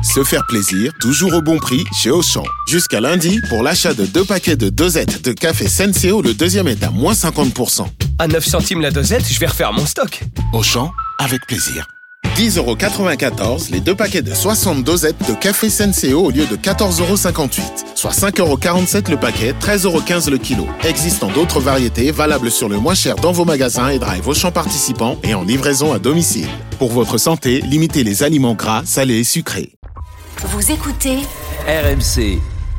Se faire plaisir, toujours au bon prix chez Auchan. Jusqu'à lundi, pour l'achat de 2 paquets de dosettes de café Senseo, le deuxième est à moins 50%. À 9 centimes la dosette, je vais refaire mon stock. Auchan, avec plaisir. 10,94€ les 2 paquets de 60 dosettes de café Senseo au lieu de 14,58€. Soit 5,47€ le paquet, 13,15€ le kilo. Existant d'autres variétés valables sur le moins cher dans vos magasins et drive Auchan participants et en livraison à domicile. Pour votre santé, limitez les aliments gras, salés et sucrés. Vous écoutez RMC.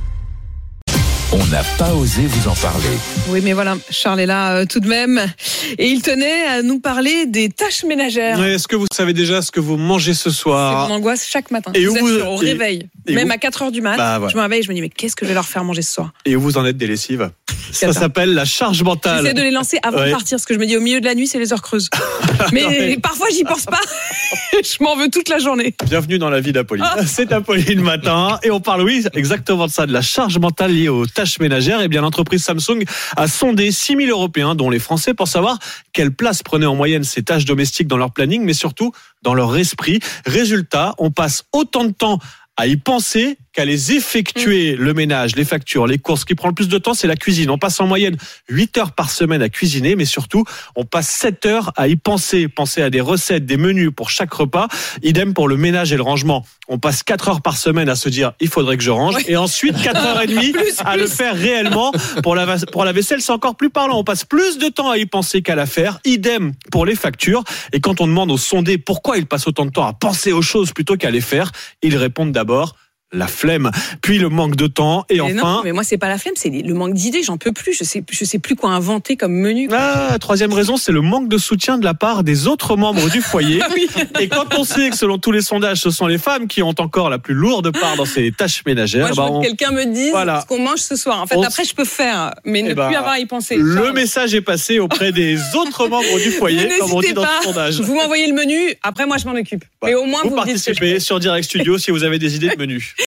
On n'a pas osé vous en parler. Oui, mais voilà, Charles est là tout de même. Et il tenait à nous parler des tâches ménagères. Ouais, est-ce que vous savez déjà ce que vous mangez ce soir? C'est mon angoisse chaque matin. Et vous assure, au réveil. Même à 4h du mat, voilà. je me réveille et je me dis, mais qu'est-ce que je vais leur faire manger ce soir? Et où vous en êtes des lessives? Ça s'appelle la charge mentale. J'essaie de les lancer avant de partir, parce que je me dis, au milieu de la nuit, c'est les heures creuses. mais parfois, j'y pense pas. Je m'en veux toute la journée. Bienvenue dans la vie d'Apolline. C'est Apolline Matin. Et on parle, oui, exactement de ça, de la charge mentale liée aux tâches ménagères. Eh bien, l'entreprise Samsung a sondé 6000 Européens, dont les Français, pour savoir quelle place prenaient en moyenne ces tâches domestiques dans leur planning, mais surtout dans leur esprit. Résultat, on passe autant de temps à y penser qu'à les effectuer, le ménage, les factures, les courses. Ce qui prend le plus de temps, c'est la cuisine. On passe en moyenne 8 heures par semaine à cuisiner, mais surtout, on passe 7 heures à y penser. Penser à des recettes, des menus pour chaque repas. Idem pour le ménage et le rangement. On passe 4 heures par semaine à se dire, il faudrait que je range. Et ensuite, 4h30 à le faire réellement. Pour la vaisselle, c'est encore plus parlant. On passe plus de temps à y penser qu'à la faire. Idem pour les factures. Et quand on demande aux sondés pourquoi ils passent autant de temps à penser aux choses plutôt qu'à les faire, ils répondent d'abord la flemme, puis le manque de temps et enfin... Non, mais moi c'est pas la flemme, c'est le manque d'idées, j'en peux plus, je sais plus quoi inventer comme menu. Troisième raison, c'est le manque de soutien de la part des autres membres du foyer. Oui. Et quand on sait que selon tous les sondages, ce sont les femmes qui ont encore la plus lourde part dans ces tâches ménagères. Moi je veux que quelqu'un me dise ce qu'on mange ce soir. En fait, après je peux faire, mais ne plus avoir à y penser. Le message est passé auprès des autres membres du foyer, comme on dit dans le sondage. Vous m'envoyez le menu, après moi je m'en occupe. Mais au moins vous participez sur Direct Studio si vous avez des idées de menu.